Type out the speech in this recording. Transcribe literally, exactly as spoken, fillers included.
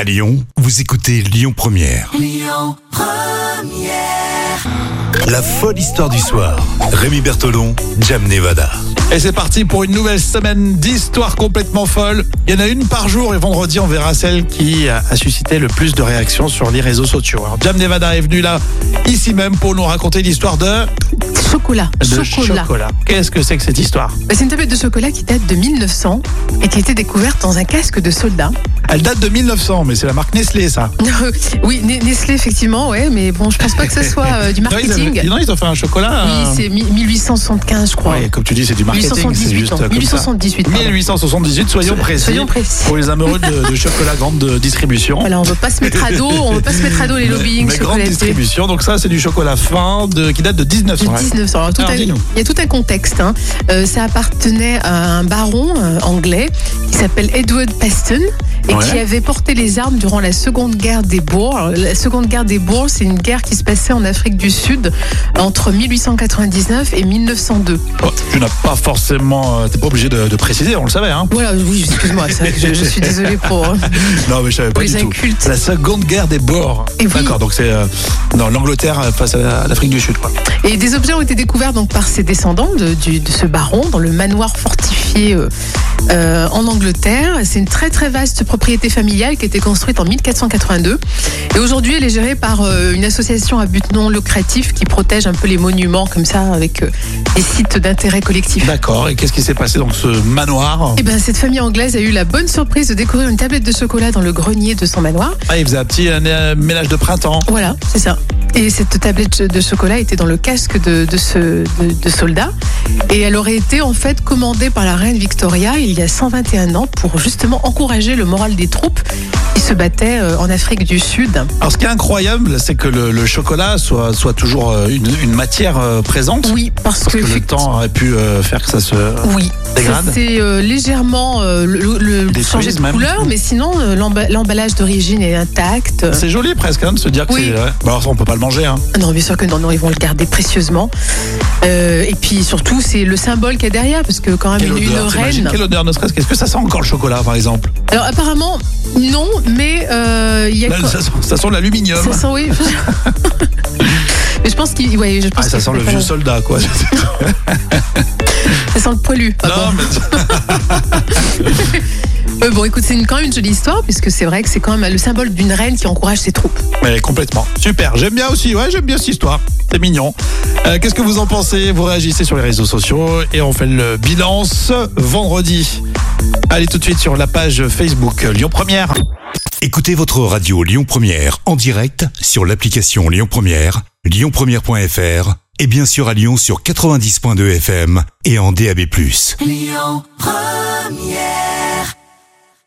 À Lyon, vous écoutez Lyon Première. Lyon Première. La folle histoire du soir. Rémi Bertolon, Jam Nevada. Et c'est parti pour une nouvelle semaine d'histoires complètement folles. Il y en a une par jour et vendredi, on verra celle qui a suscité le plus de réactions sur les réseaux sociaux. Alors, Jam Nevada est venu là, ici même, pour nous raconter l'histoire de... Chocolat. De chocolat. chocolat. Qu'est-ce que c'est que cette histoire ? Bah, c'est une tablette de chocolat qui date de mille neuf cents et qui a été découverte dans un casque de soldat. Elle date de mille neuf cents, mais c'est la marque Nestlé, ça. Oui, Nestlé, effectivement, ouais, mais bon, je pense pas que ce soit euh, du marketing. Non, ils, avaient, non, ils ont fait un chocolat. Oui, euh... c'est mille huit cent soixante-quinze, je crois. Oui, comme tu dis, c'est du marketing. C'est juste comme mille huit cent soixante-dix-huit. Ça. mille huit cent soixante-dix-huit, soyons précis. Soyons précis. Pour les amoureux de, de chocolat grande distribution. Voilà, on ne veut pas se mettre à dos, on veut pas se mettre à dos les lobbying. Mais grande distribution, donc ça, c'est du chocolat fin de, qui date de dix-neuf cents. De dix-neuf cents. Alors, tout Alors, un, il y a tout un contexte. Hein. Euh, ça appartenait à un baron euh, anglais qui s'appelle Edward Peston et ouais. qui avait porté les armes durant la Seconde Guerre des Boers. Alors, la Seconde Guerre des Boers, c'est une guerre qui se passait en Afrique du Sud entre mille huit cent quatre-vingt-dix-neuf et mille neuf cent deux. Oh, tu n'as pas forcément, t'es pas obligé de, de préciser, on le savait. Hein. Voilà, oui, excuse-moi, c'est vrai que je, je suis désolée pour. Non, mais je savais pas pour du les tout. incultes. La Seconde Guerre des Boers. Et oui. D'accord, donc c'est euh, dans l'Angleterre face à l'Afrique du Sud, quoi. Et des objets ont été découverts donc par ses descendants de, du, de ce baron dans le manoir fortifié euh, euh, en Angleterre. C'est une très très vaste propriété familiale qui a été construite en mille quatre cent quatre-vingt-deux. Et aujourd'hui, elle est gérée par euh, une association à but non lucratif qui protège un peu les monuments comme ça avec euh, des sites d'intérêt collectif. D'accord. Et qu'est-ce qui s'est passé dans ce manoir ? Eh ben, cette famille anglaise a eu la bonne surprise de découvrir une tablette de chocolat dans le grenier de son manoir. Ah, il faisait un petit euh, ménage de printemps. Voilà, c'est ça. Et cette tablette de chocolat était dans le casque de, de ce de, de soldat. Et elle aurait été en fait commandée par la reine Victoria il y a cent vingt et un ans pour justement encourager le moral des troupes qui se battaient en Afrique du Sud. Alors ce qui est incroyable, c'est que le, le chocolat soit, soit toujours une, une matière présente. Oui, parce, parce que, que le temps aurait pu faire que ça se oui, dégrade. Ça s'est euh, légèrement euh, le, le changé de même. couleur, mais sinon euh, l'emba- l'emballage d'origine est intact. C'est joli presque hein, de se dire que oui. c'est... Ouais. Bah, alors ça, on peut pas le manger. Hein. Non, bien sûr que non, non, ils vont le garder précieusement. Euh, et puis surtout, c'est le symbole qu'il y a derrière, parce que quand même Quelle une, odeur, une reine. Quelle odeur ne serait-ce qu'est-ce que ça sent encore le chocolat, par exemple ? Alors apparemment, non, mais euh, il y a. Là, quoi... ça, sent, ça sent l'aluminium. Ça sent, oui. Mais je pense qu'il. Ouais, je pense ah, ça sent le vieux soldat, quoi. Ça sent le poilu. Ah, non, bon. mais. Euh, bon, écoute, c'est une, quand même une jolie histoire, puisque c'est vrai que c'est quand même le symbole d'une reine qui encourage ses troupes. Mais complètement. Super. J'aime bien aussi. Ouais, j'aime bien cette histoire. C'est mignon. Euh, qu'est-ce que vous en pensez ? Vous réagissez sur les réseaux sociaux et on fait le bilan ce vendredi. Allez tout de suite sur la page Facebook Lyon Première. Écoutez votre radio Lyon Première en direct sur l'application Lyon Première, lyon première point f r et bien sûr à Lyon sur quatre-vingt-dix point deux F M et en D A B plus. Lyon Première.